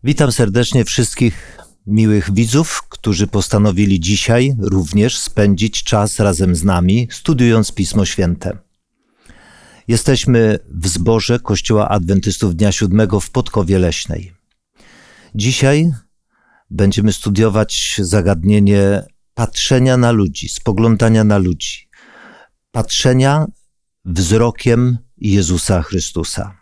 Witam serdecznie wszystkich miłych widzów, którzy postanowili dzisiaj również spędzić czas razem z nami, studiując Pismo Święte. Jesteśmy w zborze Kościoła Adwentystów Dnia Siódmego w Podkowie Leśnej. Dzisiaj będziemy studiować zagadnienie patrzenia na ludzi, spoglądania na ludzi, patrzenia wzrokiem Jezusa Chrystusa.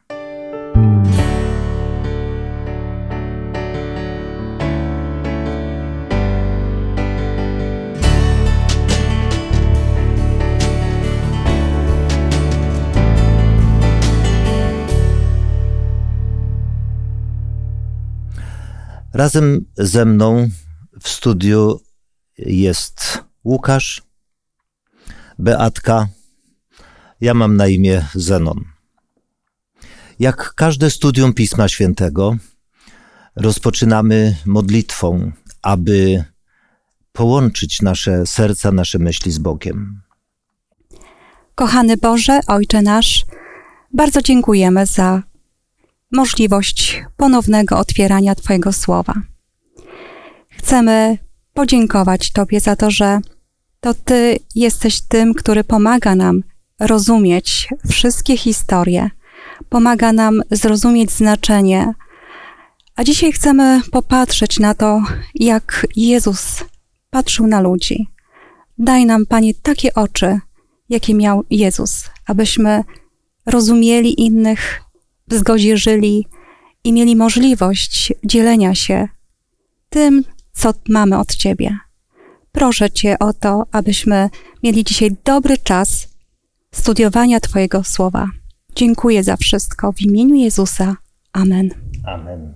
Razem ze mną w studiu jest Łukasz, Beatka, ja mam na imię Zenon. Jak każde studium Pisma Świętego, rozpoczynamy modlitwą, aby połączyć nasze serca, nasze myśli z Bogiem. Kochany Boże, Ojcze nasz, bardzo dziękujemy za możliwość ponownego otwierania Twojego Słowa. Chcemy podziękować Tobie za to, że to Ty jesteś tym, który pomaga nam rozumieć wszystkie historie, pomaga nam zrozumieć znaczenie. A dzisiaj chcemy popatrzeć na to, jak Jezus patrzył na ludzi. Daj nam, Panie, takie oczy, jakie miał Jezus, abyśmy rozumieli innych, w zgodzie żyli i mieli możliwość dzielenia się tym, co mamy od Ciebie. Proszę Cię o to, abyśmy mieli dzisiaj dobry czas studiowania Twojego Słowa. Dziękuję za wszystko w imieniu Jezusa. Amen. Amen.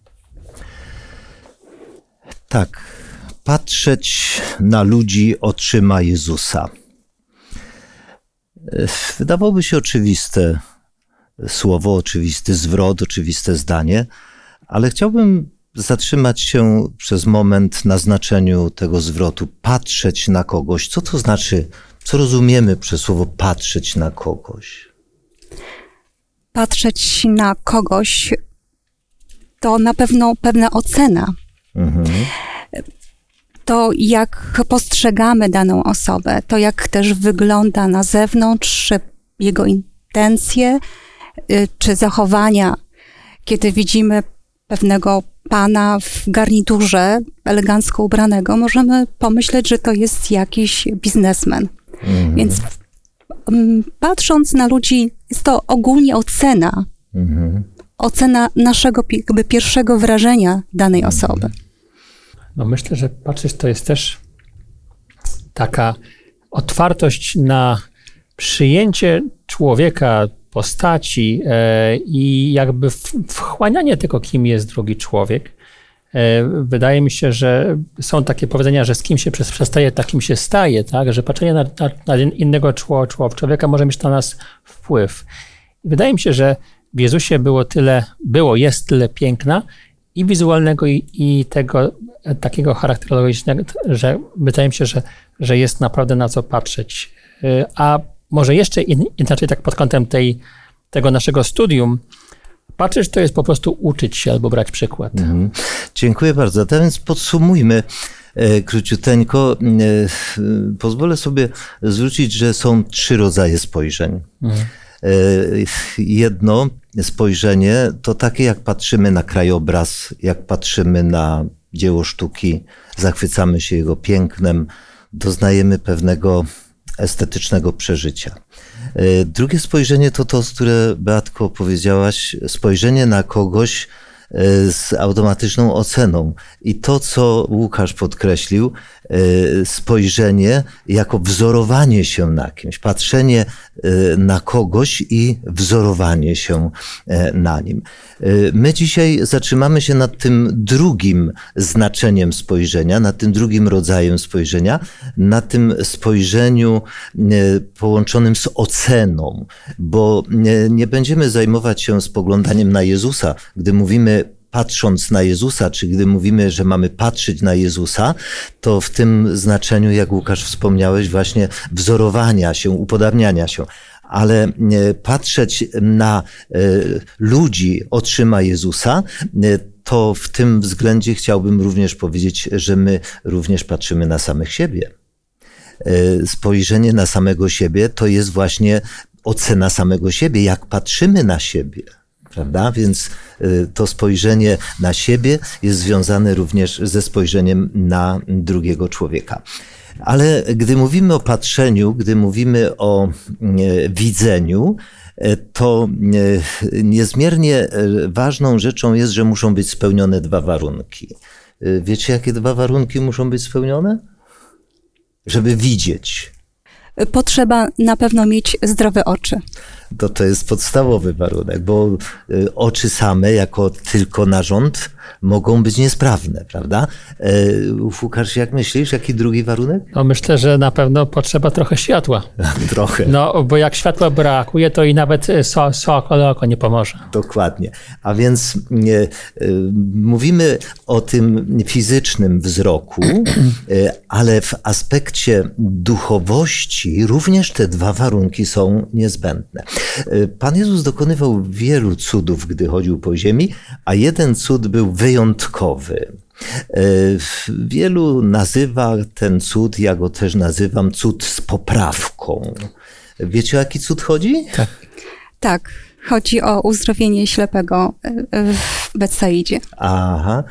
Tak, patrzeć na ludzi oczyma Jezusa. Wydawałoby się oczywiste słowo, oczywisty zwrot, oczywiste zdanie, ale chciałbym zatrzymać się przez moment na znaczeniu tego zwrotu patrzeć na kogoś. Co to znaczy, co rozumiemy przez słowo patrzeć na kogoś? Patrzeć na kogoś to na pewno pewna ocena. To jak postrzegamy daną osobę, to jak też wygląda na zewnątrz, jego intencje, czy zachowania, kiedy widzimy pewnego pana w garniturze elegancko ubranego, możemy pomyśleć, że to jest jakiś biznesmen. Więc patrząc na ludzi, jest to ogólnie ocena. Ocena naszego jakby pierwszego wrażenia danej osoby. No myślę, że patrzeć to jest też taka otwartość na przyjęcie człowieka, postaci i jakby wchłanianie tego, kim jest drugi człowiek. Wydaje mi się, że są takie powiedzenia, że z kim się przestaje, takim się staje, tak? Że patrzenie na innego człowieka może mieć na nas wpływ. I wydaje mi się, że w Jezusie jest tyle piękna i wizualnego, i tego takiego charakterologicznego, że wydaje mi się, że jest naprawdę na co patrzeć. A może jeszcze inaczej, tak pod kątem tego naszego studium, patrzeć to jest po prostu uczyć się albo brać przykład. Dziękuję bardzo. A więc podsumujmy króciuteńko. Pozwolę sobie zwrócić, że są 3 rodzaje spojrzeń. Jedno spojrzenie to takie, jak patrzymy na krajobraz, jak patrzymy na dzieło sztuki, zachwycamy się jego pięknem, doznajemy pewnego estetycznego przeżycia. Drugie spojrzenie to to, które, Beatko, powiedziałaś, spojrzenie na kogoś z automatyczną oceną. I to, co Łukasz podkreślił, spojrzenie jako wzorowanie się na kimś, patrzenie na kogoś i wzorowanie się na nim. My dzisiaj zatrzymamy się nad tym drugim znaczeniem spojrzenia, nad tym drugim rodzajem spojrzenia, na tym spojrzeniu połączonym z oceną, bo nie będziemy zajmować się spoglądaniem na Jezusa, gdy mówimy patrząc na Jezusa, czy gdy mówimy, że mamy patrzeć na Jezusa, to w tym znaczeniu, jak Łukasz wspomniałeś, właśnie wzorowania się, upodabniania się. ale patrzeć na ludzi oczyma Jezusa, to w tym względzie chciałbym również powiedzieć, że my również patrzymy na samych siebie. Spojrzenie na samego siebie to jest właśnie ocena samego siebie, jak patrzymy na siebie. Prawda? Więc to spojrzenie na siebie jest związane również ze spojrzeniem na drugiego człowieka. Ale gdy mówimy o patrzeniu, gdy mówimy o widzeniu, to niezmiernie ważną rzeczą jest, że muszą być spełnione dwa warunki. Wiecie, jakie dwa warunki muszą być spełnione? Żeby widzieć. Potrzeba na pewno mieć zdrowe oczy. To jest podstawowy warunek, bo oczy same jako tylko narząd mogą być niesprawne, prawda? Łukasz, jak myślisz, jaki drugi warunek? No myślę, że na pewno potrzeba trochę światła. Trochę. No, bo jak światła brakuje, to i nawet oko nie pomoże. Dokładnie. A więc mówimy o tym fizycznym wzroku, ale w aspekcie duchowości również te dwa warunki są niezbędne. Pan Jezus dokonywał wielu cudów, gdy chodził po ziemi, a jeden cud był wyjątkowy. Wielu nazywa ten cud, ja go też nazywam cud z poprawką. Wiecie, o jaki cud chodzi? Tak, chodzi o uzdrowienie ślepego w Betsaidzie. Aha.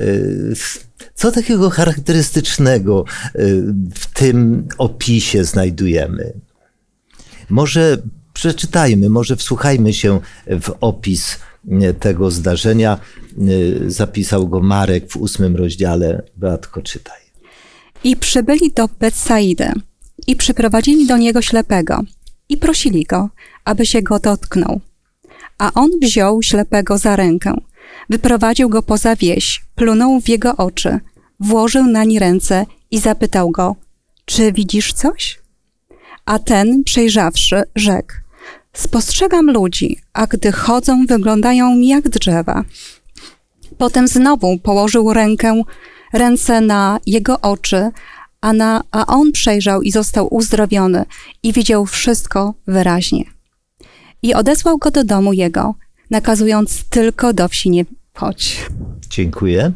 Co takiego charakterystycznego w tym opisie znajdujemy? Może przeczytajmy, może wsłuchajmy się w opis tego zdarzenia. Zapisał go Marek w 8 rozdziale. Beatko, czytaj. I przybyli do Betsaidy i przyprowadzili do niego ślepego i prosili go, aby się go dotknął. A on wziął ślepego za rękę, wyprowadził go poza wieś, plunął w jego oczy, włożył nań ręce i zapytał go, czy widzisz coś? A ten, przejrzawszy, rzekł, spostrzegam ludzi, a gdy chodzą, wyglądają mi jak drzewa. Potem znowu położył ręce na jego oczy, a on przejrzał i został uzdrowiony i widział wszystko wyraźnie. I odesłał go do domu jego, nakazując tylko do wsi nie wchodź. Dziękuję.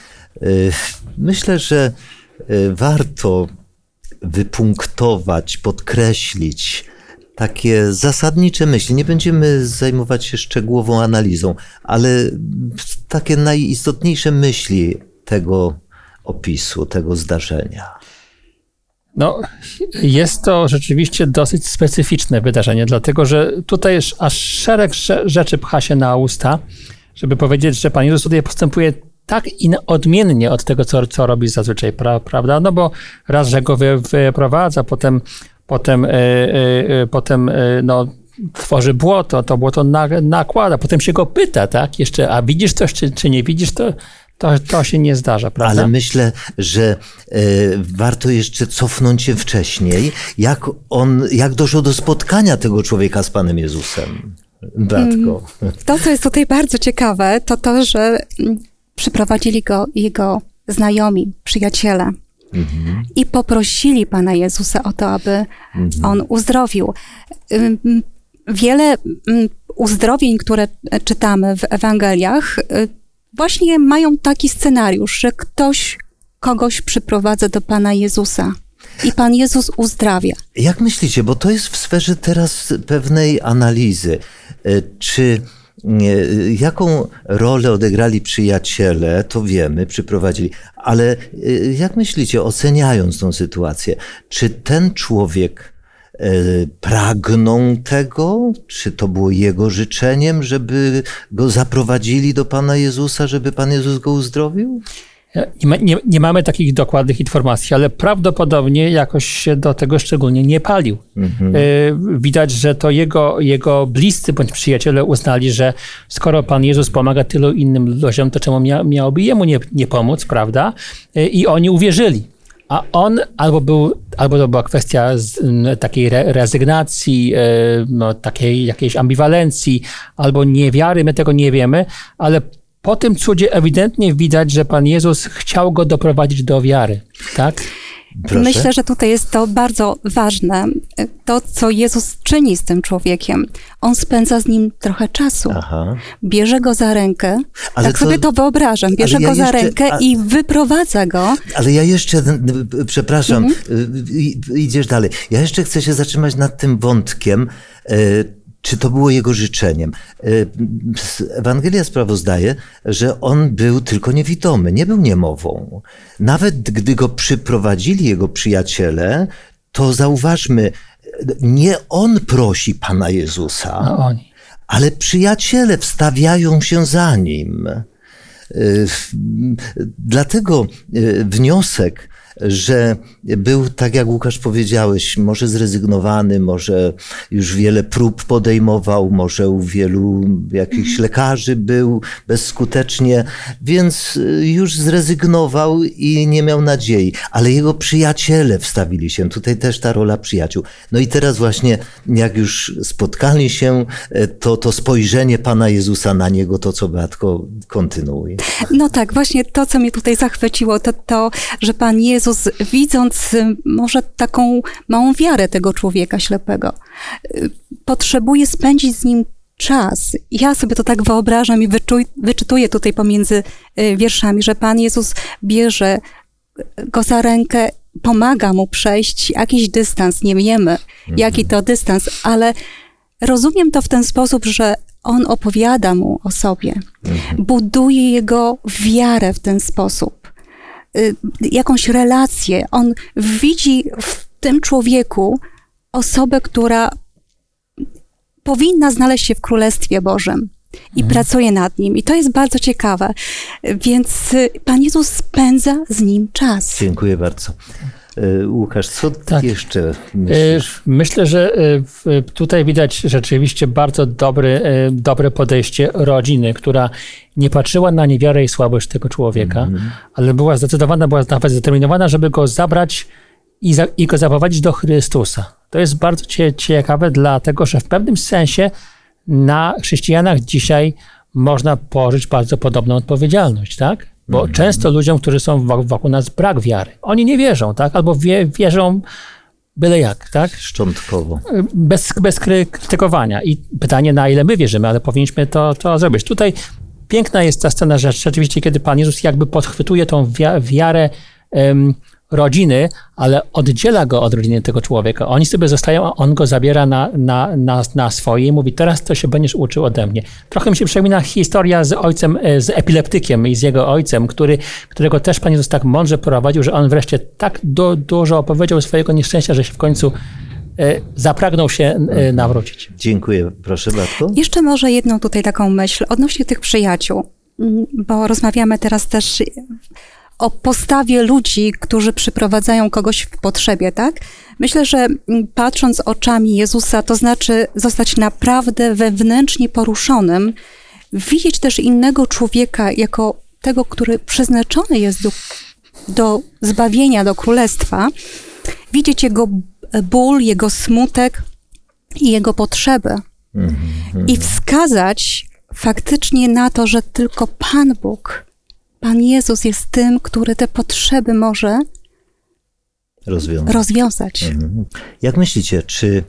Myślę, że warto wypunktować, podkreślić takie zasadnicze myśli. Nie będziemy zajmować się szczegółową analizą, ale takie najistotniejsze myśli tego opisu, tego zdarzenia. No, jest to rzeczywiście dosyć specyficzne wydarzenie, dlatego że tutaj aż szereg rzeczy pcha się na usta, żeby powiedzieć, że Pan Jezus tutaj postępuje tak odmiennie od tego, co robi zazwyczaj, prawda? No bo raz, że go wyprowadza, potem tworzy błoto, to błoto nakłada, potem się go pyta, tak? Jeszcze, a widzisz coś, czy nie widzisz, to się nie zdarza, prawda? Ale myślę, że warto jeszcze cofnąć się wcześniej, jak doszło do spotkania tego człowieka z Panem Jezusem. Bratko. To, co jest tutaj bardzo ciekawe, to, że przyprowadzili go jego znajomi, przyjaciele i poprosili Pana Jezusa o to, aby on uzdrowił. Wiele uzdrowień, które czytamy w Ewangeliach, właśnie mają taki scenariusz, że ktoś kogoś przyprowadza do Pana Jezusa i Pan Jezus uzdrawia. Jak myślicie, bo to jest w sferze teraz pewnej analizy, jaką rolę odegrali przyjaciele, to wiemy, przyprowadzili, ale jak myślicie, oceniając tą sytuację, czy ten człowiek pragnął tego, czy to było jego życzeniem, żeby go zaprowadzili do Pana Jezusa, żeby Pan Jezus go uzdrowił? Nie mamy takich dokładnych informacji, ale prawdopodobnie jakoś się do tego szczególnie nie palił. Widać, że to jego bliscy bądź przyjaciele uznali, że skoro Pan Jezus pomaga tylu innym ludziom, to czemu miałoby jemu nie pomóc, prawda? I oni uwierzyli. A on albo to była kwestia takiej rezygnacji, takiej jakiejś ambiwalencji, albo niewiary, my tego nie wiemy, ale po tym cudzie ewidentnie widać, że Pan Jezus chciał go doprowadzić do wiary, tak? Proszę? Myślę, że tutaj jest to bardzo ważne. To, co Jezus czyni z tym człowiekiem. On spędza z nim trochę czasu. Aha. Bierze go za rękę. Ale tak sobie to wyobrażam. Bierze go za rękę i wyprowadza go. Ale ja jeszcze, przepraszam, idziesz dalej. Ja jeszcze chcę się zatrzymać nad tym wątkiem, czy to było jego życzeniem. Ewangelia sprawozdaje, że on był tylko niewidomy, nie był niemową. Nawet gdy go przyprowadzili jego przyjaciele, to zauważmy, nie on prosi Pana Jezusa, ale przyjaciele wstawiają się za nim. Dlatego wniosek, że był, tak jak Łukasz powiedziałeś, może zrezygnowany, może już wiele prób podejmował, może u wielu jakichś lekarzy był bezskutecznie, więc już zrezygnował i nie miał nadziei. Ale jego przyjaciele wstawili się, tutaj też ta rola przyjaciół. No i teraz właśnie, jak już spotkali się, to spojrzenie Pana Jezusa na niego, to co Beatko kontynuuje. No tak, właśnie to, co mnie tutaj zachwyciło, to, że Pan Jezus, widząc może taką małą wiarę tego człowieka ślepego, potrzebuje spędzić z nim czas. Ja sobie to tak wyobrażam i wyczytuję tutaj pomiędzy wierszami, że Pan Jezus bierze go za rękę, pomaga mu przejść jakiś dystans, nie wiemy jaki to dystans, ale rozumiem to w ten sposób, że on opowiada mu o sobie, buduje jego wiarę w ten sposób, jakąś relację. On widzi w tym człowieku osobę, która powinna znaleźć się w Królestwie Bożym i pracuje nad nim. I to jest bardzo ciekawe. Więc Pan Jezus spędza z nim czas. Dziękuję bardzo. Łukasz, co jeszcze myślisz? Myślę, że tutaj widać rzeczywiście bardzo dobre podejście rodziny, która nie patrzyła na niewiarę i słabość tego człowieka, ale była zdecydowana, była nawet zdeterminowana, żeby go zabrać i go zaprowadzić do Chrystusa. To jest bardzo ciekawe, dlatego że w pewnym sensie na chrześcijanach dzisiaj można położyć bardzo podobną odpowiedzialność, tak? Bo często ludziom, którzy są wokół nas, brak wiary. Oni nie wierzą, tak? Albo wierzą byle jak, tak? Szczątkowo. Bez krytykowania. I pytanie, na ile my wierzymy, ale powinniśmy to zrobić. Tutaj piękna jest ta scena, że rzeczywiście, kiedy Pan Jezus jakby podchwytuje tą wiarę rodziny, ale oddziela go od rodziny tego człowieka. Oni sobie zostają, a on go zabiera na swoje i mówi, teraz to się będziesz uczył ode mnie. Trochę mi się przypomina historia z ojcem, z epileptykiem i z jego ojcem, którego też Pan Jezus tak mądrze prowadził, że on wreszcie tak dużo opowiedział swojego nieszczęścia, że się w końcu zapragnął się nawrócić. Dziękuję. Proszę bardzo. Jeszcze może jedną tutaj taką myśl odnośnie tych przyjaciół, bo rozmawiamy teraz też o postawie ludzi, którzy przyprowadzają kogoś w potrzebie, tak? Myślę, że patrząc oczami Jezusa, to znaczy zostać naprawdę wewnętrznie poruszonym, widzieć też innego człowieka jako tego, który przeznaczony jest do zbawienia, do królestwa, widzieć jego ból, jego smutek i jego potrzeby. I wskazać faktycznie na to, że tylko Pan Bóg, Pan Jezus jest tym, który te potrzeby może rozwiązać. Jak myślicie, czy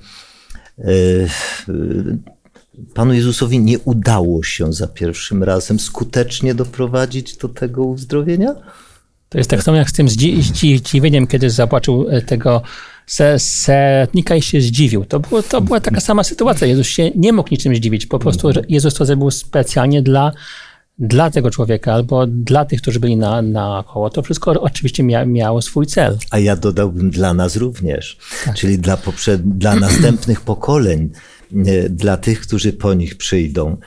Panu Jezusowi nie udało się za pierwszym razem skutecznie doprowadzić do tego uzdrowienia? To jest tak samo jak z tym zdziwieniem, kiedy zobaczył tego setnika i się zdziwił. To była taka sama sytuacja. Jezus się nie mógł niczym zdziwić. Po prostu Jezus to zrobił specjalnie dla tego człowieka albo dla tych, którzy byli naokoło. To wszystko oczywiście miało swój cel. A ja dodałbym dla nas również, czyli dla następnych pokoleń, dla tych, którzy po nich przyjdą.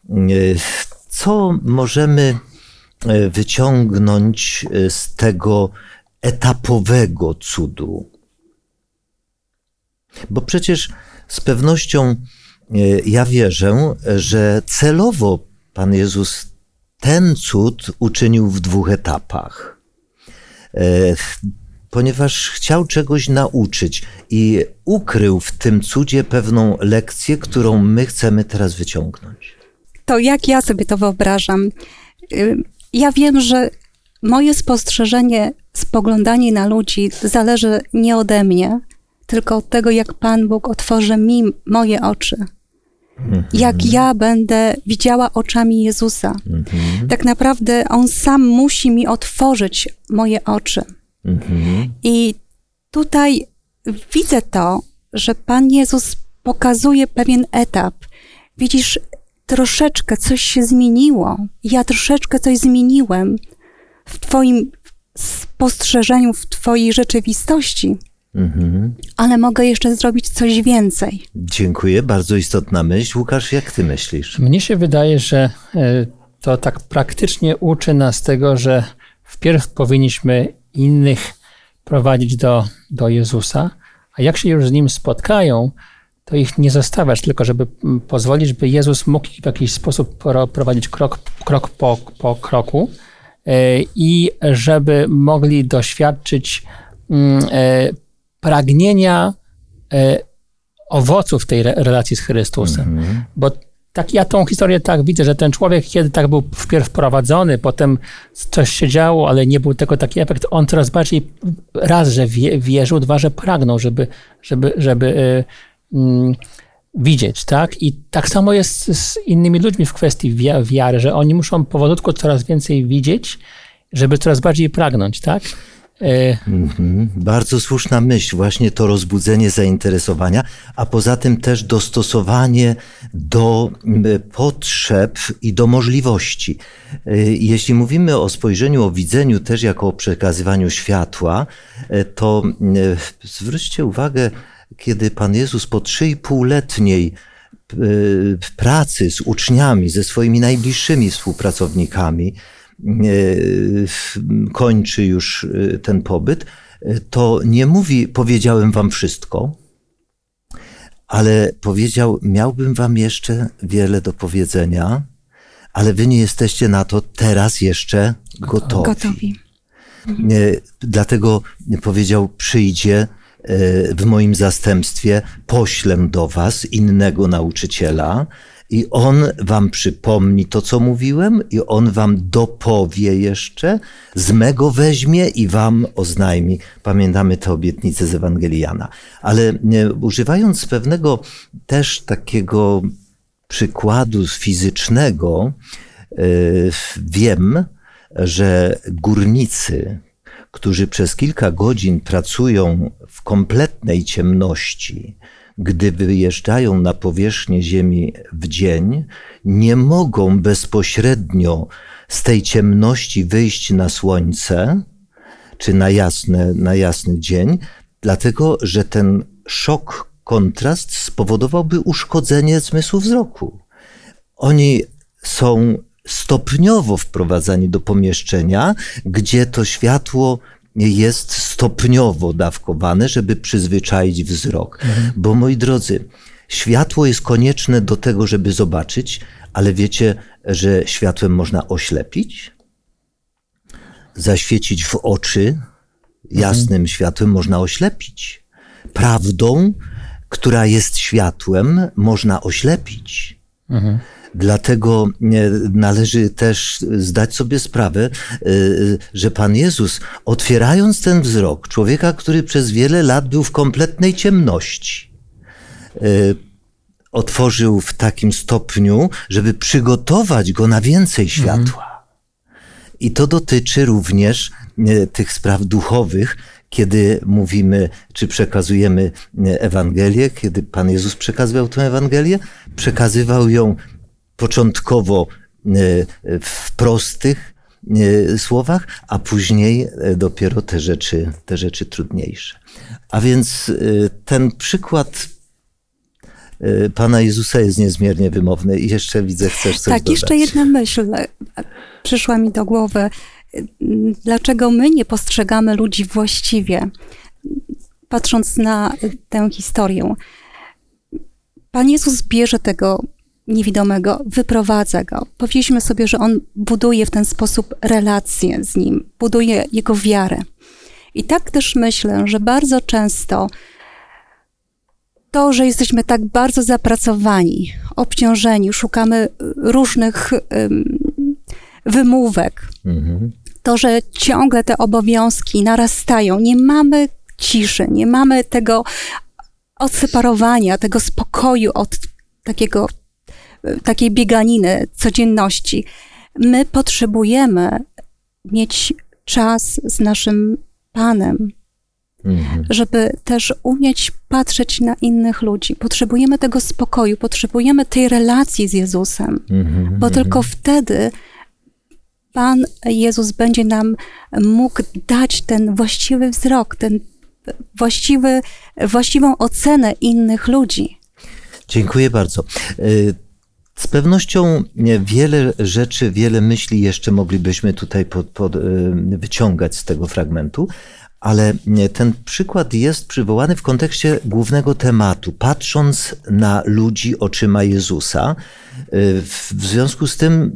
Co możemy wyciągnąć z tego etapowego cudu? Bo przecież z pewnością ja wierzę, że celowo Pan Jezus ten cud uczynił w 2 etapach, ponieważ chciał czegoś nauczyć i ukrył w tym cudzie pewną lekcję, którą my chcemy teraz wyciągnąć. To jak ja sobie to wyobrażam? Ja wiem, że moje spostrzeżenie z spoglądanie na ludzi zależy nie ode mnie, tylko od tego, jak Pan Bóg otworzy mi moje oczy. Jak ja będę widziała oczami Jezusa. Tak naprawdę On sam musi mi otworzyć moje oczy. I tutaj widzę to, że Pan Jezus pokazuje pewien etap. Widzisz, troszeczkę coś się zmieniło. Ja troszeczkę coś zmieniłem w Twoim spostrzeżeniu, w Twojej rzeczywistości. Ale mogę jeszcze zrobić coś więcej. Dziękuję, bardzo istotna myśl. Łukasz, jak ty myślisz? Mnie się wydaje, że to tak praktycznie uczy nas tego, że wpierw powinniśmy innych prowadzić do Jezusa, a jak się już z Nim spotkają, to ich nie zostawiać, tylko żeby pozwolić, by Jezus mógł ich w jakiś sposób prowadzić krok po kroku i żeby mogli doświadczyć pragnienia owoców tej relacji z Chrystusem. Bo tak ja tą historię tak widzę, że ten człowiek, kiedy tak był wpierw prowadzony, potem coś się działo, ale nie był tego taki efekt, on coraz bardziej raz, że wierzył, dwa, że pragnął, żeby widzieć, tak? I tak samo jest z innymi ludźmi w kwestii wiary, że oni muszą powolutku coraz więcej widzieć, żeby coraz bardziej pragnąć, tak? Bardzo słuszna myśl, właśnie to rozbudzenie zainteresowania, a poza tym też dostosowanie do potrzeb i do możliwości. Jeśli mówimy o spojrzeniu, o widzeniu też jako o przekazywaniu światła, to zwróćcie uwagę, kiedy Pan Jezus po 3,5-letniej pracy z uczniami, ze swoimi najbliższymi współpracownikami, kończy już ten pobyt, to nie mówi, powiedziałem wam wszystko, ale powiedział, miałbym wam jeszcze wiele do powiedzenia, ale wy nie jesteście na to teraz jeszcze gotowi. Dlatego powiedział, przyjdzie w moim zastępstwie, poślę do was innego nauczyciela, i on wam przypomni to, co mówiłem, i on wam dopowie jeszcze, z mego weźmie i wam oznajmi. Pamiętamy tę obietnicę z Ewangelii Jana. Ale używając pewnego też takiego przykładu fizycznego, wiem, że górnicy, którzy przez kilka godzin pracują w kompletnej ciemności, gdy wyjeżdżają na powierzchnię ziemi w dzień, nie mogą bezpośrednio z tej ciemności wyjść na słońce, czy na jasny dzień, dlatego że ten szok, kontrast spowodowałby uszkodzenie zmysłu wzroku. Oni są stopniowo wprowadzani do pomieszczenia, gdzie to światło jest stopniowo dawkowane, żeby przyzwyczaić wzrok. Bo moi drodzy, światło jest konieczne do tego, żeby zobaczyć, ale wiecie, że światłem można oślepić? Zaświecić w oczy jasnym światłem można oślepić. Prawdą, która jest światłem, można oślepić. Dlatego należy też zdać sobie sprawę, że Pan Jezus, otwierając ten wzrok człowieka, który przez wiele lat był w kompletnej ciemności, otworzył w takim stopniu, żeby przygotować go na więcej światła. I to dotyczy również tych spraw duchowych, kiedy mówimy, czy przekazujemy Ewangelię, kiedy Pan Jezus przekazywał tę Ewangelię, przekazywał ją początkowo w prostych słowach, a później dopiero te rzeczy trudniejsze. A więc ten przykład Pana Jezusa jest niezmiernie wymowny i jeszcze widzę, chcesz coś dodać. Jeszcze jedna myśl przyszła mi do głowy. Dlaczego my nie postrzegamy ludzi właściwie, patrząc na tę historię? Pan Jezus bierze tego niewidomego, wyprowadza go. Powiedzieliśmy sobie, że on buduje w ten sposób relację z nim, buduje jego wiarę. I tak też myślę, że bardzo często to, że jesteśmy tak bardzo zapracowani, obciążeni, szukamy różnych wymówek, to, że ciągle te obowiązki narastają, nie mamy ciszy, nie mamy tego odseparowania, tego spokoju od takiej bieganiny codzienności. My potrzebujemy mieć czas z naszym Panem, żeby też umieć patrzeć na innych ludzi. Potrzebujemy tego spokoju, potrzebujemy tej relacji z Jezusem, bo tylko wtedy Pan Jezus będzie nam mógł dać ten właściwy wzrok, ten właściwą ocenę innych ludzi. Dziękuję bardzo. Z pewnością wiele rzeczy, wiele myśli jeszcze moglibyśmy tutaj wyciągać z tego fragmentu, ale ten przykład jest przywołany w kontekście głównego tematu, patrząc na ludzi oczyma Jezusa. W związku z tym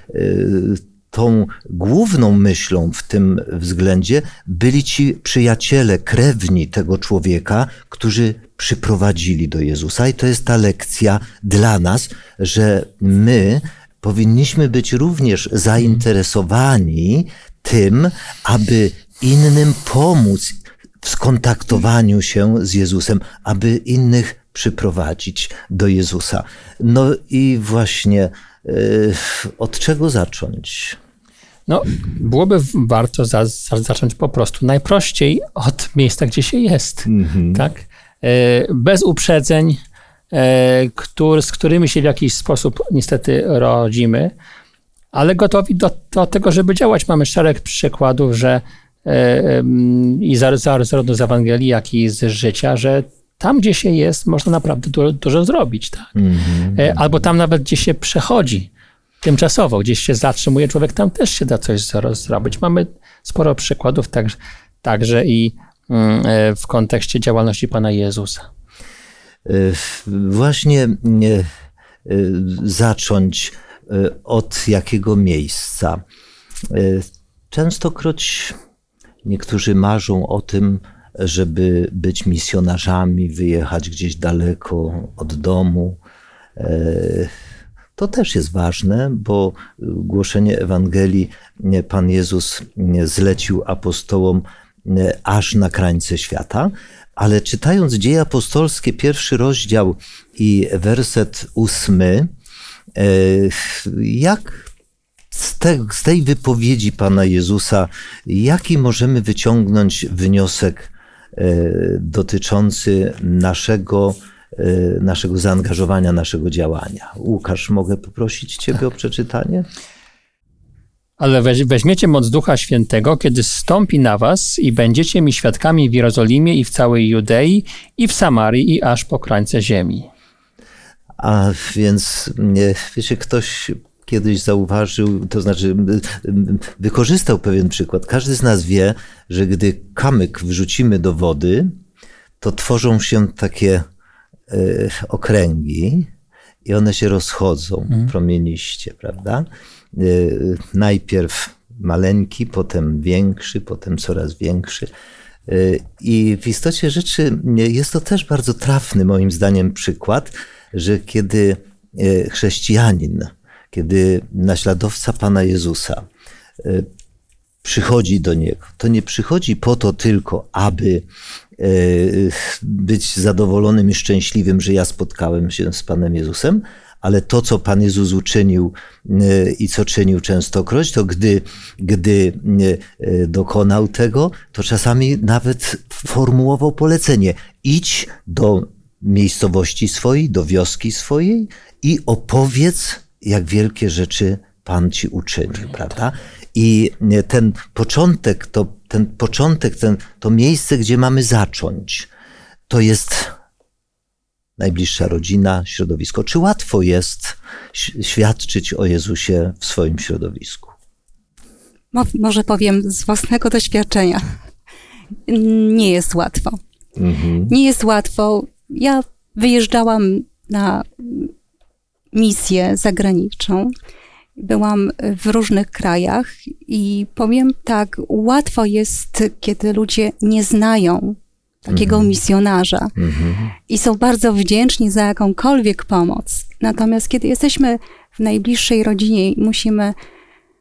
tą główną myślą w tym względzie byli ci przyjaciele, krewni tego człowieka, którzy przyprowadzili do Jezusa. I to jest ta lekcja dla nas, że my powinniśmy być również zainteresowani tym, aby innym pomóc w skontaktowaniu się z Jezusem, aby innych przyprowadzić do Jezusa. No i właśnie od czego zacząć? No, byłoby warto zacząć po prostu najprościej od miejsca, gdzie się jest, tak? Bez uprzedzeń, z którymi się w jakiś sposób niestety rodzimy, ale gotowi do tego, żeby działać. Mamy szereg przykładów, że i zarówno z Ewangelii, jak i z życia, że tam, gdzie się jest, można naprawdę dużo zrobić, tak? Albo tam nawet, gdzie się przechodzi tymczasowo, gdzieś się zatrzymuje człowiek, tam też się da coś zrobić. Mamy sporo przykładów także i w kontekście działalności Pana Jezusa. Właśnie zacząć od jakiego miejsca. Częstokroć niektórzy marzą o tym, żeby być misjonarzami, wyjechać gdzieś daleko od domu. To też jest ważne, bo głoszenie Ewangelii Pan Jezus zlecił apostołom aż na krańce świata, ale czytając Dzieje Apostolskie, 1 rozdział i werset 8, jak z tej wypowiedzi Pana Jezusa, jaki możemy wyciągnąć wniosek dotyczący naszego zaangażowania, naszego działania? Łukasz, mogę poprosić Ciebie o przeczytanie? Ale weźmiecie moc Ducha Świętego, kiedy zstąpi na was i będziecie mi świadkami w Jerozolimie i w całej Judei i w Samarii i aż po krańce ziemi. A więc, wiecie, ktoś kiedyś zauważył, to znaczy wykorzystał pewien przykład. Każdy z nas wie, że gdy kamyk wrzucimy do wody, to tworzą się takie okręgi i one się rozchodzą promieniście, prawda? Najpierw maleńki, potem większy, potem coraz większy. I w istocie rzeczy jest to też bardzo trafny, moim zdaniem, przykład, że kiedy chrześcijanin, kiedy naśladowca Pana Jezusa przychodzi do Niego, to nie przychodzi po to tylko, aby być zadowolonym i szczęśliwym, że ja spotkałem się z Panem Jezusem, ale to, co Pan Jezus uczynił i co czynił częstokroć, to gdy dokonał tego, to czasami nawet formułował polecenie. Idź do miejscowości swojej, do wioski swojej i opowiedz, jak wielkie rzeczy Pan ci uczynił, prawda? I ten początek, to miejsce, gdzie mamy zacząć, to jest najbliższa rodzina, środowisko. Czy łatwo jest świadczyć o Jezusie w swoim środowisku? Może powiem z własnego doświadczenia. Nie jest łatwo. Nie jest łatwo. Ja wyjeżdżałam na misję zagraniczną. Byłam w różnych krajach i powiem tak, łatwo jest, kiedy ludzie nie znają takiego misjonarza i są bardzo wdzięczni za jakąkolwiek pomoc. Natomiast kiedy jesteśmy w najbliższej rodzinie i musimy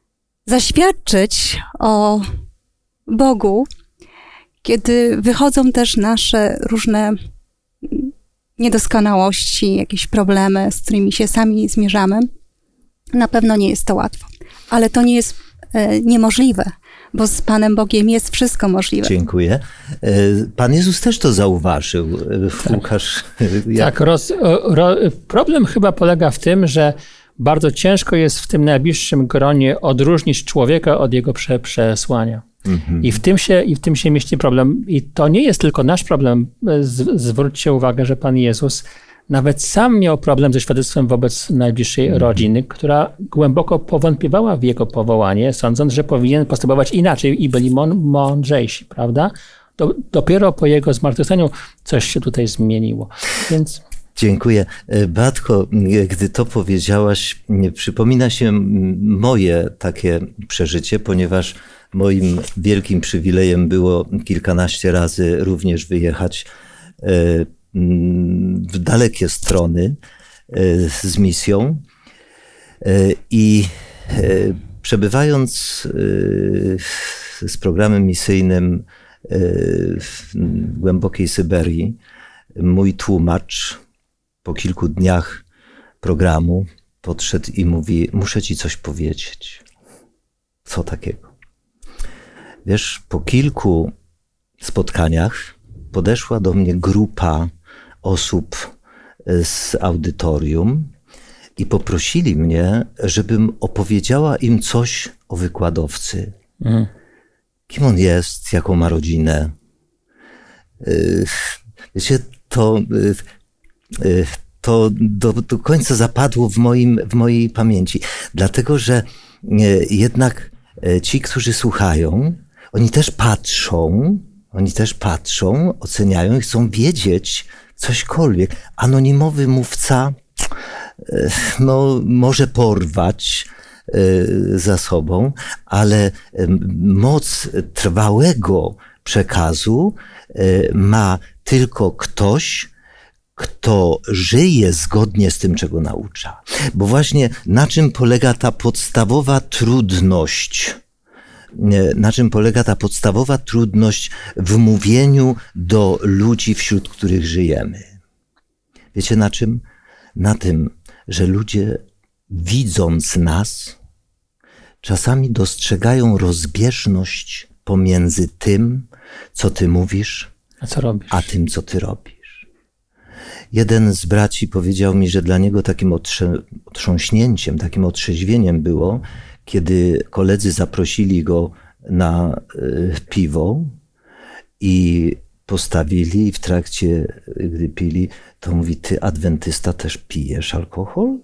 zaświadczyć o Bogu, kiedy wychodzą też nasze różne niedoskonałości, jakieś problemy, z którymi się sami zmierzamy. Na pewno nie jest to łatwo, ale to nie jest niemożliwe, bo z Panem Bogiem jest wszystko możliwe. Dziękuję. Pan Jezus też to zauważył. Tak. Łukasz, Tak, problem chyba polega w tym, że bardzo ciężko jest w tym najbliższym gronie odróżnić człowieka od jego przesłania. I w tym się mieści problem. I to nie jest tylko nasz problem. Zwróćcie uwagę, że Pan Jezus nawet sam miał problem ze świadectwem wobec najbliższej rodziny, która głęboko powątpiewała w jego powołanie, sądząc, że powinien postępować inaczej i byli mądrzejsi, prawda? Dopiero po jego zmartwychwstaniu coś się tutaj zmieniło. Więc... Dziękuję. Beatko, gdy to powiedziałaś, przypomina się moje takie przeżycie, ponieważ moim wielkim przywilejem było kilkanaście razy również wyjechać w dalekie strony z misją i przebywając z programem misyjnym w głębokiej Syberii, mój tłumacz po kilku dniach programu podszedł i mówi: muszę ci coś powiedzieć. Co takiego? Wiesz, po kilku spotkaniach podeszła do mnie grupa osób z audytorium i poprosili mnie, żebym opowiedziała im coś o wykładowcy. Kim on jest, jaką ma rodzinę. Wiecie, to do końca zapadło w mojej pamięci. Dlatego, że jednak ci, którzy słuchają, oni też patrzą, oceniają i chcą wiedzieć cośkolwiek. Anonimowy mówca może porwać za sobą, ale moc trwałego przekazu ma tylko ktoś, kto żyje zgodnie z tym, czego naucza. Bo właśnie na czym polega ta podstawowa trudność? Na czym polega ta podstawowa trudność w mówieniu do ludzi, wśród których żyjemy? Wiecie na czym? Na tym, że ludzie, widząc nas, czasami dostrzegają rozbieżność pomiędzy tym, co ty mówisz, a tym, co ty robisz. Jeden z braci powiedział mi, że dla niego takim otrząśnięciem, takim otrzeźwieniem było, kiedy koledzy zaprosili go na piwo i postawili, i w trakcie, gdy pili, to mówi: ty, adwentysta, też pijesz alkohol?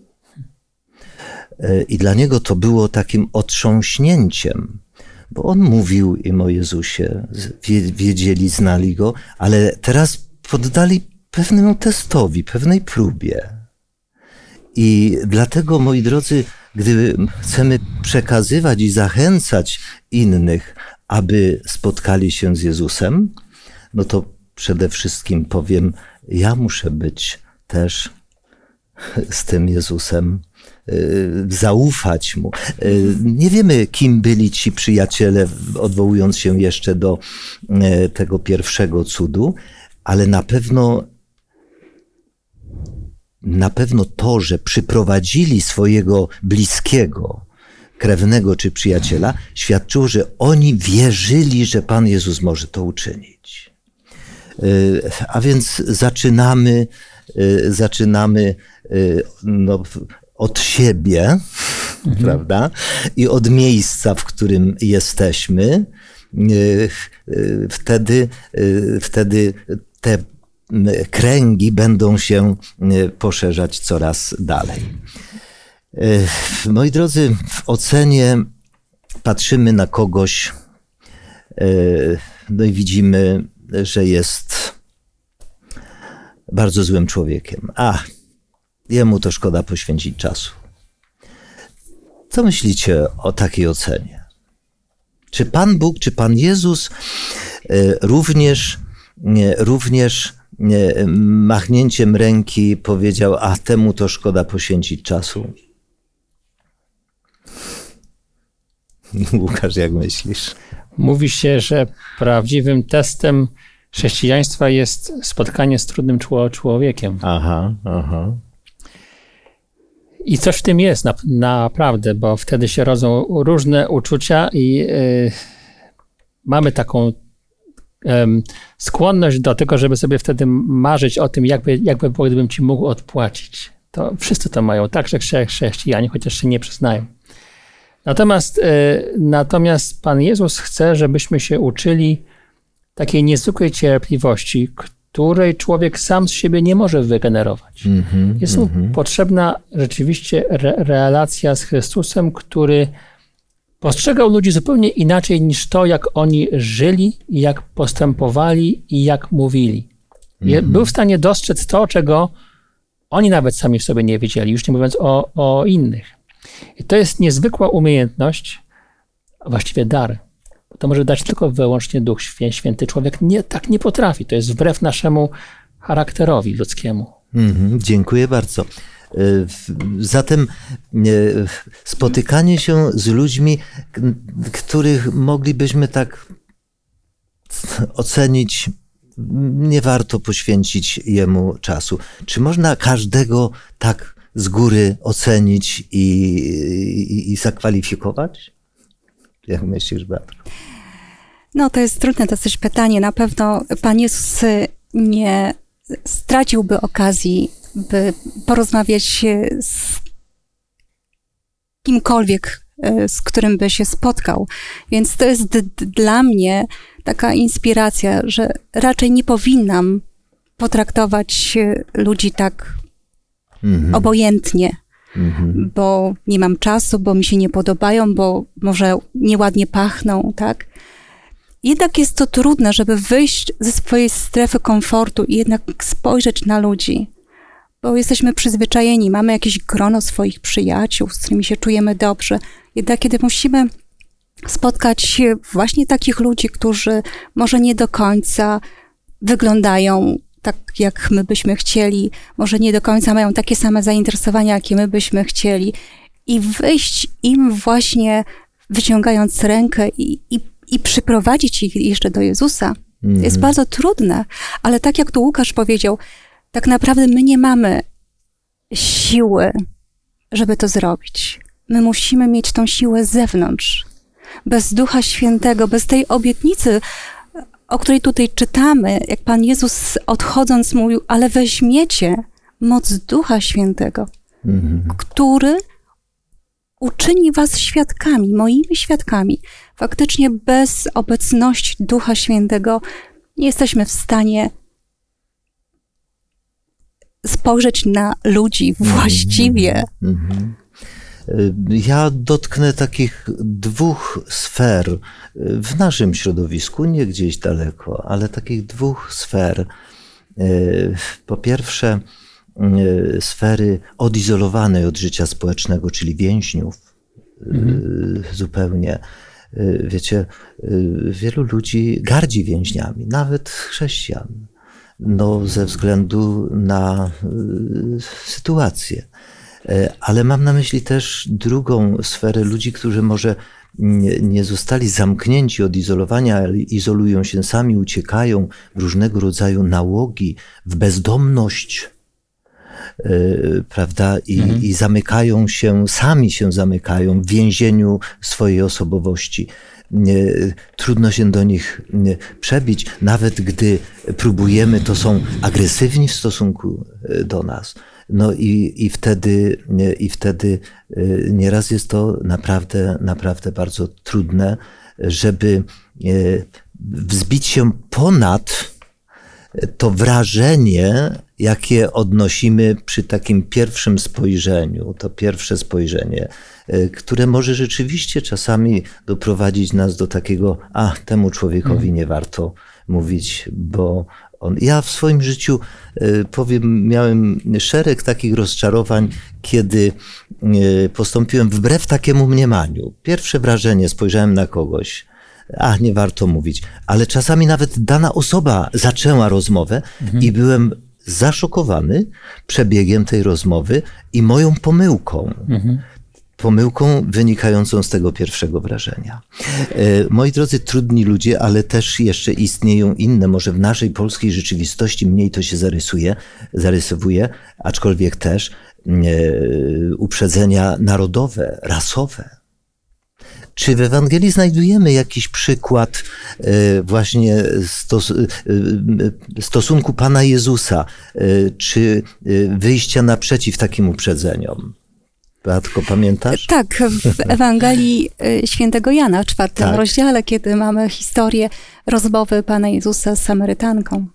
I dla niego to było takim otrząśnięciem, bo on mówił im o Jezusie, wiedzieli, znali go, ale teraz poddali pewnemu testowi, pewnej próbie. I dlatego, moi drodzy, gdy chcemy przekazywać i zachęcać innych, aby spotkali się z Jezusem, no to przede wszystkim powiem: ja muszę być też z tym Jezusem, zaufać Mu. Nie wiemy, kim byli ci przyjaciele, odwołując się jeszcze do tego pierwszego cudu, ale na pewno to, że przyprowadzili swojego bliskiego, krewnego czy przyjaciela, świadczyło, że oni wierzyli, że Pan Jezus może to uczynić. A więc zaczynamy od siebie, prawda? I od miejsca, w którym jesteśmy. Wtedy te kręgi będą się poszerzać coraz dalej. Moi drodzy, w ocenie patrzymy na kogoś, no i widzimy, że jest bardzo złym człowiekiem. Jemu to szkoda poświęcić czasu. Co myślicie o takiej ocenie? Czy Pan Bóg, czy Pan Jezus również machnięciem ręki powiedział: temu to szkoda poświęcić czasu? Łukasz, jak myślisz? Mówi się, że prawdziwym testem chrześcijaństwa jest spotkanie z trudnym człowiekiem. Aha. I coś w tym jest naprawdę, bo wtedy się rodzą różne uczucia i mamy taką skłonność do tego, żeby sobie wtedy marzyć o tym, jakby gdybym ci mógł odpłacić. To wszyscy to mają, także chrześcijanie, chociaż się nie przyznają. Natomiast Pan Jezus chce, żebyśmy się uczyli takiej niezwykłej cierpliwości, której człowiek sam z siebie nie może wygenerować. Jest mu potrzebna rzeczywiście relacja z Chrystusem, który postrzegał ludzi zupełnie inaczej niż to, jak oni żyli, jak postępowali i jak mówili. Był w stanie dostrzec to, czego oni nawet sami w sobie nie wiedzieli, już nie mówiąc o innych. I to jest niezwykła umiejętność, a właściwie dar. To może dać tylko wyłącznie Duch Święty. Człowiek tak nie potrafi. To jest wbrew naszemu charakterowi ludzkiemu. Dziękuję bardzo. Zatem spotykanie się z ludźmi, których moglibyśmy tak ocenić, nie warto poświęcić jemu czasu. Czy można każdego tak z góry ocenić i zakwalifikować? Jak myślisz, Beato? No to jest trudne dosyć pytanie. Na pewno Pan Jezus nie straciłby okazji, by porozmawiać z kimkolwiek, z którym by się spotkał. Więc to jest dla mnie taka inspiracja, że raczej nie powinnam potraktować ludzi tak obojętnie, bo nie mam czasu, bo mi się nie podobają, bo może nieładnie pachną, tak? Jednak jest to trudne, żeby wyjść ze swojej strefy komfortu i jednak spojrzeć na ludzi, bo jesteśmy przyzwyczajeni, mamy jakieś grono swoich przyjaciół, z którymi się czujemy dobrze. Jednak kiedy musimy spotkać właśnie takich ludzi, którzy może nie do końca wyglądają tak, jak my byśmy chcieli, może nie do końca mają takie same zainteresowania, jakie my byśmy chcieli, i wyjść im właśnie wyciągając rękę i przyprowadzić ich jeszcze do Jezusa, jest bardzo trudne. Ale tak jak tu Łukasz powiedział, tak naprawdę my nie mamy siły, żeby to zrobić. My musimy mieć tą siłę z zewnątrz. Bez Ducha Świętego, bez tej obietnicy, o której tutaj czytamy, jak Pan Jezus odchodząc mówił, ale weźmiecie moc Ducha Świętego, który uczyni was świadkami, moimi świadkami. Faktycznie bez obecności Ducha Świętego nie jesteśmy w stanie spojrzeć na ludzi właściwie. Ja dotknę takich dwóch sfer w naszym środowisku, nie gdzieś daleko, ale takich dwóch sfer. Po pierwsze, sfery odizolowanej od życia społecznego, czyli więźniów zupełnie. Wiecie, wielu ludzi gardzi więźniami, nawet chrześcijan, no, ze względu na sytuację. Ale mam na myśli też drugą sferę ludzi, którzy może nie zostali zamknięci, odizolowani, ale izolują się sami, uciekają w różnego rodzaju nałogi, w bezdomność, prawda? I zamykają się, sami się zamykają w więzieniu swojej osobowości. Trudno się do nich przebić, nawet gdy próbujemy, to są agresywni w stosunku do nas. No i wtedy nieraz jest to naprawdę bardzo trudne, żeby wzbić się ponad to wrażenie, jakie odnosimy przy takim pierwszym spojrzeniu, to pierwsze spojrzenie, które może rzeczywiście czasami doprowadzić nas do takiego, temu człowiekowi nie warto mówić, bo ja w swoim życiu, powiem, miałem szereg takich rozczarowań, kiedy postąpiłem wbrew takiemu mniemaniu. Pierwsze wrażenie, spojrzałem na kogoś, nie warto mówić, ale czasami nawet dana osoba zaczęła rozmowę i byłem zaszokowany przebiegiem tej rozmowy i moją pomyłką. pomyłką wynikającą z tego pierwszego wrażenia. Moi drodzy, trudni ludzie, ale też jeszcze istnieją inne, może w naszej polskiej rzeczywistości mniej to się zarysowuje, aczkolwiek też uprzedzenia narodowe, rasowe. Czy w Ewangelii znajdujemy jakiś przykład właśnie stosunku Pana Jezusa, czy wyjścia naprzeciw takim uprzedzeniom? Beatko, pamiętasz? Tak, w Ewangelii świętego Jana w 4 rozdziale, kiedy mamy historię rozmowy Pana Jezusa z Samarytanką.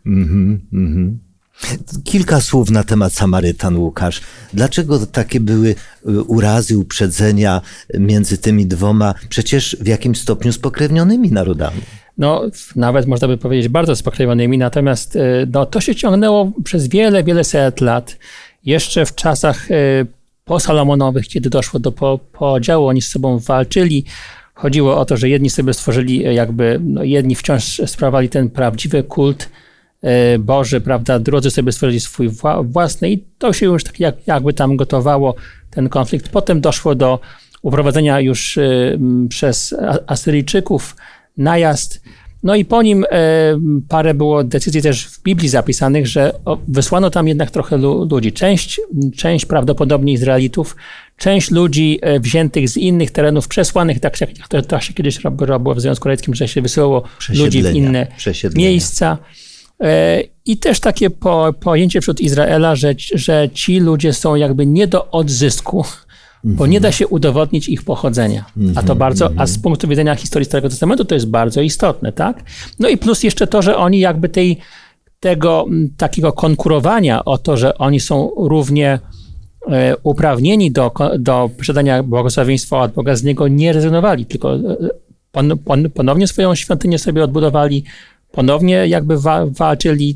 Kilka słów na temat Samarytan, Łukasz. Dlaczego takie były urazy, uprzedzenia między tymi dwoma, przecież w jakimś stopniu spokrewnionymi narodami? No, nawet można by powiedzieć bardzo spokrewnionymi, natomiast no, to się ciągnęło przez wiele, wiele set lat. Jeszcze w czasach posalomonowych, kiedy doszło do podziału, oni z sobą walczyli. Chodziło o to, że jedni sobie stworzyli jedni wciąż sprawowali ten prawdziwy kult Boży, prawda, drudzy sobie stworzyli swój własny i to się już tak jakby tam gotowało, ten konflikt. Potem doszło do uprowadzenia już przez Asyryjczyków najazd. No i po nim parę było decyzji też w Biblii zapisanych, że wysłano tam jednak trochę ludzi. Część prawdopodobnie Izraelitów, część ludzi wziętych z innych terenów, przesłanych, tak jak to się kiedyś robiło w Związku Radzieckim, że się wysyłało ludzi w inne miejsca. I też takie pojęcie wśród Izraela, że ci ludzie są jakby nie do odzysku, bo nie da się udowodnić ich pochodzenia. A z punktu widzenia historii Starego Testamentu to jest bardzo istotne, tak? No i plus jeszcze to, że oni jakby tego takiego konkurowania o to, że oni są równie uprawnieni do posiadania błogosławieństwa od Boga, z niego nie rezygnowali, tylko ponownie swoją świątynię sobie odbudowali, ponownie jakby walczyli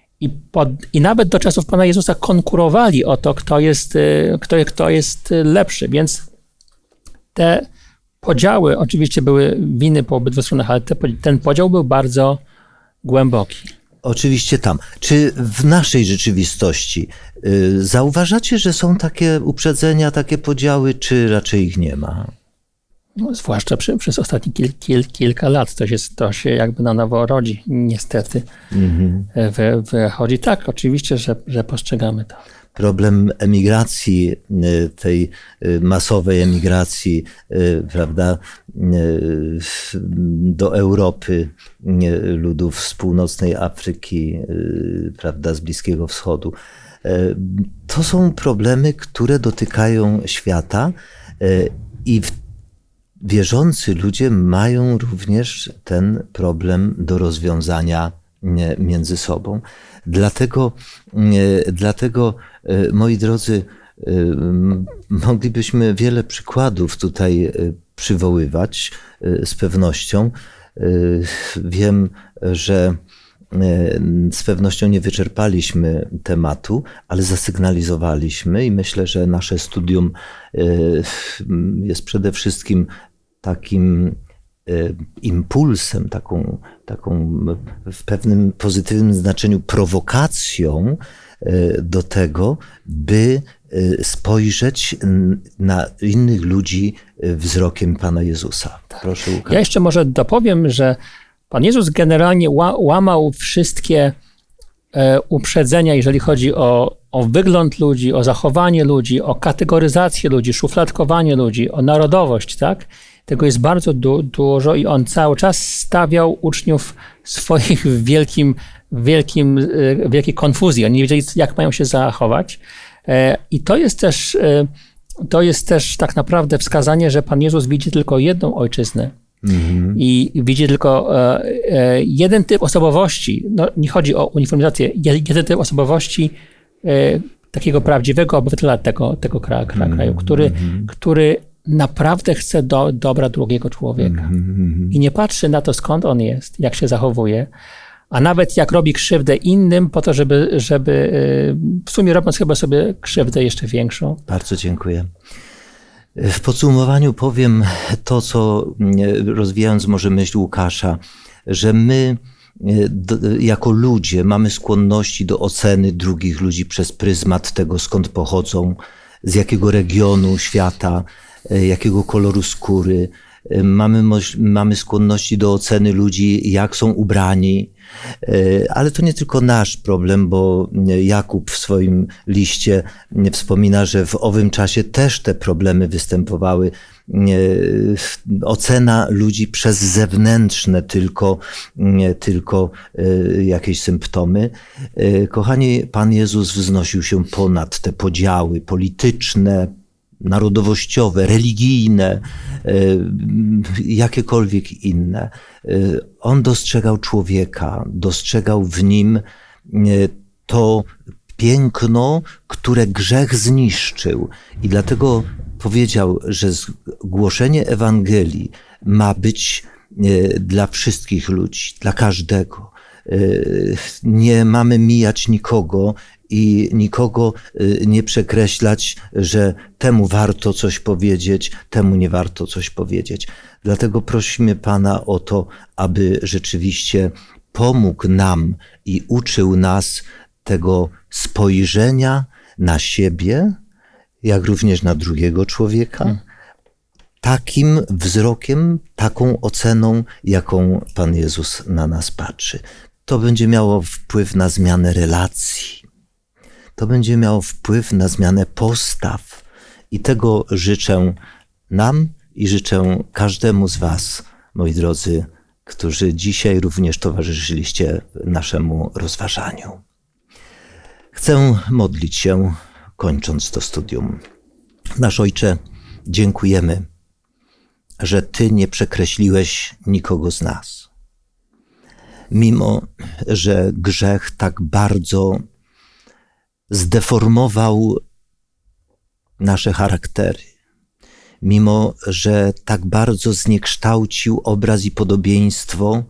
i nawet do czasów Pana Jezusa konkurowali o to, kto jest lepszy. Więc te podziały oczywiście były winy po obydwu stronach, ale ten podział był bardzo głęboki. Oczywiście tam. Czy w naszej rzeczywistości zauważacie, że są takie uprzedzenia, takie podziały, czy raczej ich nie ma? No, zwłaszcza przez ostatnie kilka lat to się jakby na nowo rodzi, niestety. Wychodzi tak, oczywiście, że postrzegamy to. Problem emigracji, tej masowej emigracji, prawda, do Europy, ludów z północnej Afryki, prawda, z Bliskiego Wschodu. To są problemy, które dotykają świata i wierzący ludzie mają również ten problem do rozwiązania między sobą. Dlatego, moi drodzy, moglibyśmy wiele przykładów tutaj przywoływać z pewnością. Wiem, że z pewnością nie wyczerpaliśmy tematu, ale zasygnalizowaliśmy i myślę, że nasze studium jest przede wszystkim takim impulsem, taką w pewnym pozytywnym znaczeniu prowokacją do tego, by spojrzeć na innych ludzi wzrokiem Pana Jezusa. Proszę, Łukasz. Ja jeszcze może dopowiem, że Pan Jezus generalnie łamał wszystkie uprzedzenia, jeżeli chodzi o wygląd ludzi, o zachowanie ludzi, o kategoryzację ludzi, szufladkowanie ludzi, o narodowość, tak? Tego jest bardzo dużo i on cały czas stawiał uczniów swoich w wielkiej konfuzji. Oni nie wiedzieli, jak mają się zachować. I to jest też tak naprawdę wskazanie, że Pan Jezus widzi tylko jedną ojczyznę. I widzi tylko jeden typ osobowości. No, nie chodzi o uniformizację. Jeden typ osobowości takiego prawdziwego obywatela tego kraju, który naprawdę chce dobra drugiego człowieka. I nie patrzy na to, skąd on jest, jak się zachowuje, a nawet jak robi krzywdę innym po to, żeby w sumie robiąc chyba sobie krzywdę jeszcze większą. Bardzo dziękuję. W podsumowaniu powiem to, co rozwijając może myśl Łukasza, że my jako ludzie mamy skłonności do oceny drugich ludzi przez pryzmat tego, skąd pochodzą, z jakiego regionu świata, jakiego koloru skóry. Mamy skłonności do oceny ludzi, jak są ubrani, ale to nie tylko nasz problem, bo Jakub w swoim liście wspomina, że w owym czasie też te problemy występowały. Ocena ludzi przez zewnętrzne tylko jakieś symptomy. Kochani, Pan Jezus wznosił się ponad te podziały polityczne, narodowościowe, religijne, jakiekolwiek inne. On dostrzegał człowieka, dostrzegał w nim to piękno, które grzech zniszczył. I dlatego powiedział, że głoszenie Ewangelii ma być dla wszystkich ludzi, dla każdego. Nie mamy mijać nikogo i nikogo nie przekreślać, że temu warto coś powiedzieć, temu nie warto coś powiedzieć. Dlatego prosimy Pana o to, aby rzeczywiście pomógł nam i uczył nas tego spojrzenia na siebie, jak również na drugiego człowieka, takim wzrokiem, taką oceną, jaką Pan Jezus na nas patrzy. To będzie miało wpływ na zmianę relacji. To będzie miało wpływ na zmianę postaw. I tego życzę nam i życzę każdemu z was, moi drodzy, którzy dzisiaj również towarzyszyliście naszemu rozważaniu. Chcę modlić się, kończąc to studium. Nasz Ojcze, dziękujemy, że Ty nie przekreśliłeś nikogo z nas. Mimo że grzech tak bardzo zdeformował nasze charaktery, mimo że tak bardzo zniekształcił obraz i podobieństwo,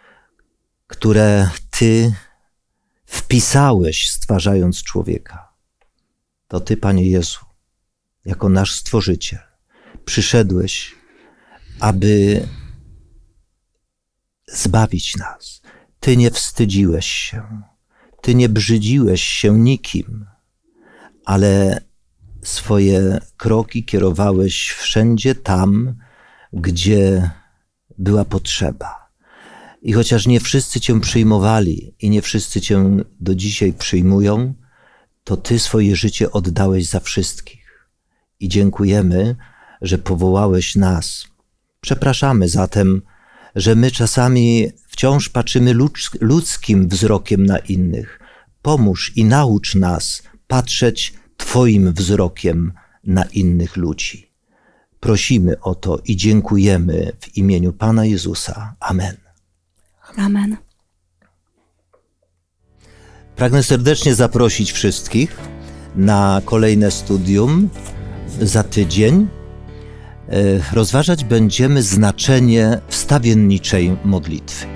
które Ty wpisałeś, stwarzając człowieka, to Ty, Panie Jezu, jako nasz Stworzyciel, przyszedłeś, aby zbawić nas. Ty nie wstydziłeś się, Ty nie brzydziłeś się nikim, ale swoje kroki kierowałeś wszędzie tam, gdzie była potrzeba. I chociaż nie wszyscy Cię przyjmowali i nie wszyscy Cię do dzisiaj przyjmują, to Ty swoje życie oddałeś za wszystkich. I dziękujemy, że powołałeś nas. Przepraszamy zatem, że my czasami wciąż patrzymy ludzkim wzrokiem na innych. Pomóż i naucz nas patrzeć Twoim wzrokiem na innych ludzi. Prosimy o to i dziękujemy w imieniu Pana Jezusa. Amen. Amen. Pragnę serdecznie zaprosić wszystkich na kolejne studium za tydzień. Rozważać będziemy znaczenie wstawienniczej modlitwy.